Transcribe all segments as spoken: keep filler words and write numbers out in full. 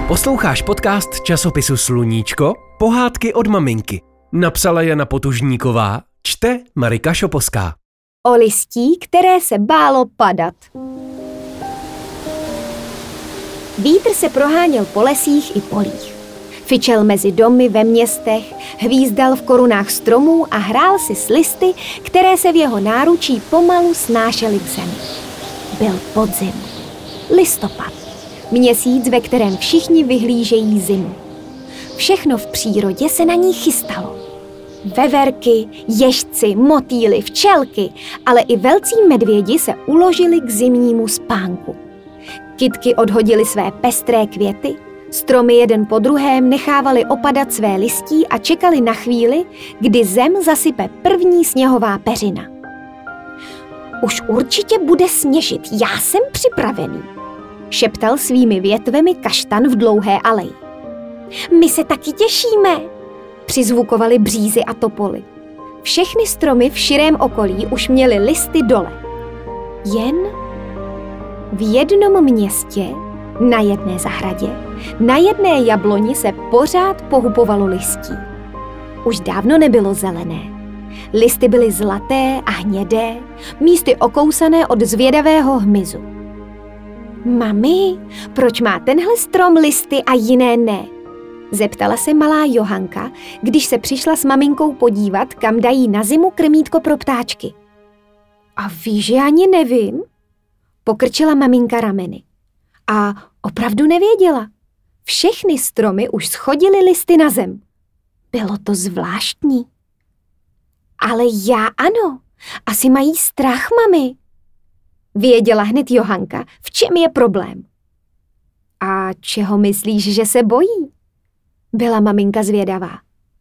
Posloucháš podcast časopisu Sluníčko? Pohádky od maminky. Napsala Jana Potužníková, čte Marika Šoposká. O listí, které se bálo padat. Vítr se proháněl po lesích i polích. Fičel mezi domy ve městech, hvízdal v korunách stromů a hrál si s listy, které se v jeho náručí pomalu snášely k zemi. Byl podzim. Listopad. Měsíc, ve kterém všichni vyhlížejí zimu. Všechno v přírodě se na ní chystalo. Veverky, ježci, motýly, včelky, ale i velcí medvědi se uložili k zimnímu spánku. Kytky odhodily své pestré květy, stromy jeden po druhém nechávali opadat své listí a čekali na chvíli, kdy zem zasype první sněhová peřina. Už určitě bude sněžit, já jsem připravený, šeptal svými větvemi kaštan v dlouhé aleji. My se taky těšíme, přizvukovali břízy a topoly. Všechny stromy v širém okolí už měly listy dole. Jen v jednom městě, na jedné zahradě, na jedné jabloni se pořád pohupovalo listí. Už dávno nebylo zelené. Listy byly zlaté a hnědé, místy okousané od zvědavého hmyzu. Mami, proč má tenhle strom listy a jiné ne? Zeptala se malá Johanka, když se přišla s maminkou podívat, kam dají na zimu krmítko pro ptáčky. A víš, že ani nevím? Pokrčila maminka rameny. A opravdu nevěděla. Všechny stromy už schodily listy na zem. Bylo to zvláštní. Ale já ano, asi mají strach, mami. Věděla hned Johanka, v čem je problém. A čeho myslíš, že se bojí? Byla maminka zvědavá.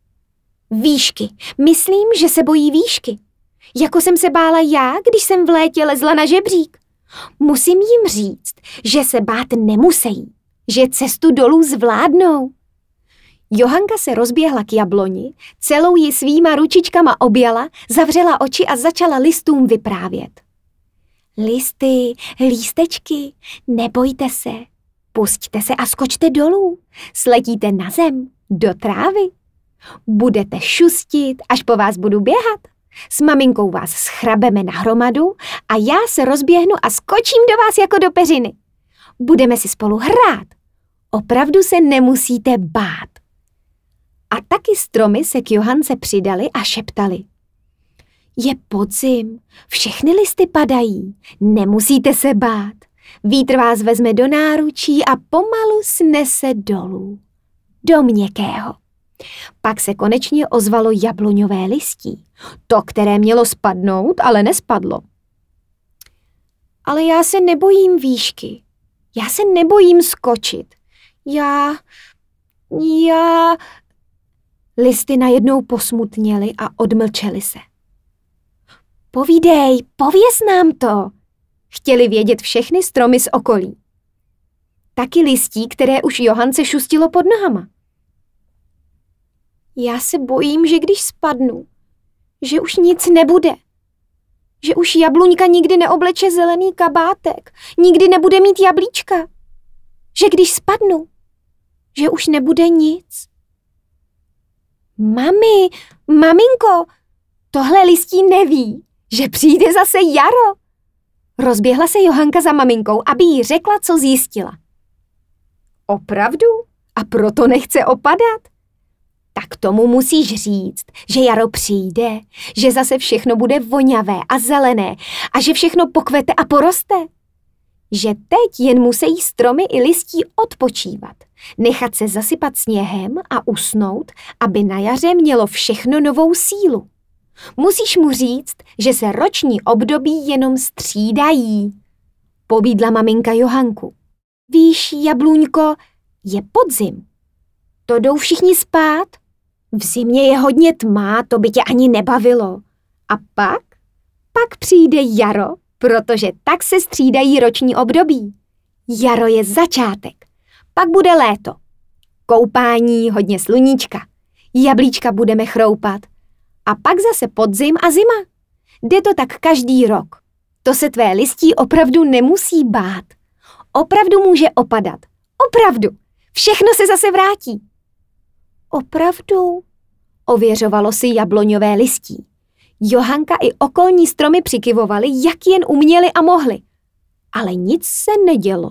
Výšky. Myslím, že se bojí výšky. Jako jsem se bála já, když jsem v létě lezla na žebřík. Musím jim říct, že se bát nemusejí, že cestu dolů zvládnou. Johanka se rozběhla k jabloni, celou ji svýma ručičkama objala, zavřela oči a začala listům vyprávět. Listy, lístečky, nebojte se, pusťte se a skočte dolů, sletíte na zem, do trávy. Budete šustit, až po vás budu běhat. S maminkou vás schrabeme na hromadu a já se rozběhnu a skočím do vás jako do peřiny. Budeme si spolu hrát. Opravdu se nemusíte bát. A taky stromy se k Johance přidali a šeptali. Je podzim, všechny listy padají, nemusíte se bát. Vítr vás vezme do náručí a pomalu snese dolů, do měkkého. Pak se konečně ozvalo jabloňové listí, to, které mělo spadnout, ale nespadlo. Ale já se nebojím výšky, já se nebojím skočit, já, já... Listy najednou posmutněly a odmlčely se. Povídej, pověz nám to, chtěli vědět všechny stromy z okolí. Taky listí, které už Johance šustilo pod nohama. Já se bojím, že když spadnu, že už nic nebude. Že už jabluňka nikdy neobleče zelený kabátek, nikdy nebude mít jablíčka. Že když spadnu, že už nebude nic. Mami, maminko, tohle listí neví, že přijde zase jaro. Rozběhla se Johanka za maminkou, aby jí řekla, co zjistila. Opravdu? A proto nechce opadat? Tak tomu musíš říct, že jaro přijde, že zase všechno bude voňavé a zelené a že všechno pokvete a poroste. Že teď jen musí stromy i listí odpočívat, nechat se zasypat sněhem a usnout, aby na jaře mělo všechno novou sílu. Musíš mu říct, že se roční období jenom střídají. Pobídla maminka Johanku. Víš, jabluňko, je podzim. To jdou všichni spát. V zimě je hodně tma, to by tě ani nebavilo. A pak? Pak přijde jaro, protože tak se střídají roční období. Jaro je začátek, pak bude léto. Koupání, hodně sluníčka. Jablíčka budeme chroupat. A pak zase podzim a zima. Jde to tak každý rok. To se tvé listí opravdu nemusí bát. Opravdu může opadat. Opravdu. Všechno se zase vrátí. Opravdu? Ověřovalo si jabloňové listí. Johanka i okolní stromy přikyvovaly, jak jen uměli a mohli. Ale nic se nedělo.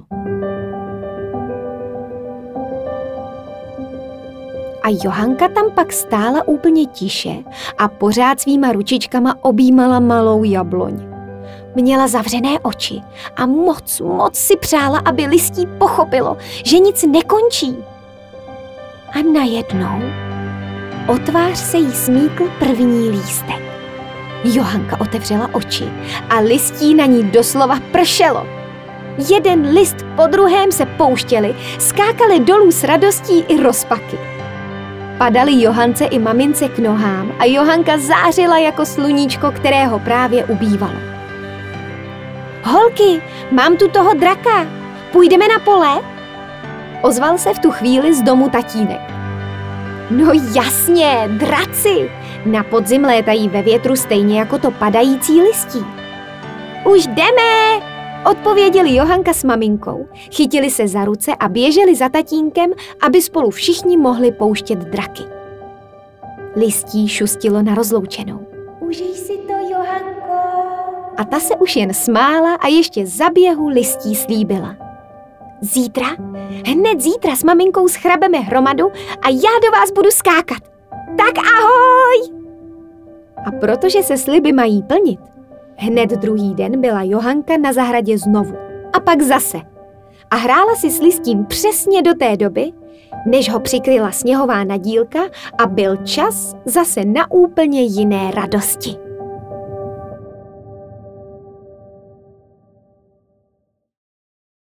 A Johanka tam pak stála úplně tiše a pořád svýma ručičkama objímala malou jabloň. Měla zavřené oči a moc, moc si přála, aby listí pochopilo, že nic nekončí. A najednou o tvář se jí smíkl první lístek. Johanka otevřela oči a listí na ní doslova pršelo. Jeden list po druhém se pouštěli, skákali dolů s radostí i rozpaky. Padaly Johance i mamince k nohám a Johanka zářila jako sluníčko, kterého právě ubývalo. Holky, mám tu toho draka, půjdeme na pole? Ozval se v tu chvíli z domu tatínek. No jasně, draci, na podzim létají ve větru stejně jako to padající listí. Už jdeme, odpověděli Johanka s maminkou, chytili se za ruce a běželi za tatínkem, aby spolu všichni mohli pouštět draky. Listí šustilo na rozloučenou. Užij si to, Johanko. A ta se už jen smála a ještě za běhu listí slíbila. Zítra, hned zítra s maminkou schrabeme hromadu a já do vás budu skákat. Tak ahoj! A protože se sliby mají plnit, hned druhý den byla Johanka na zahradě znovu. A pak zase. A hrála si s listím přesně do té doby, než ho přikryla sněhová nadílka a byl čas zase na úplně jiné radosti.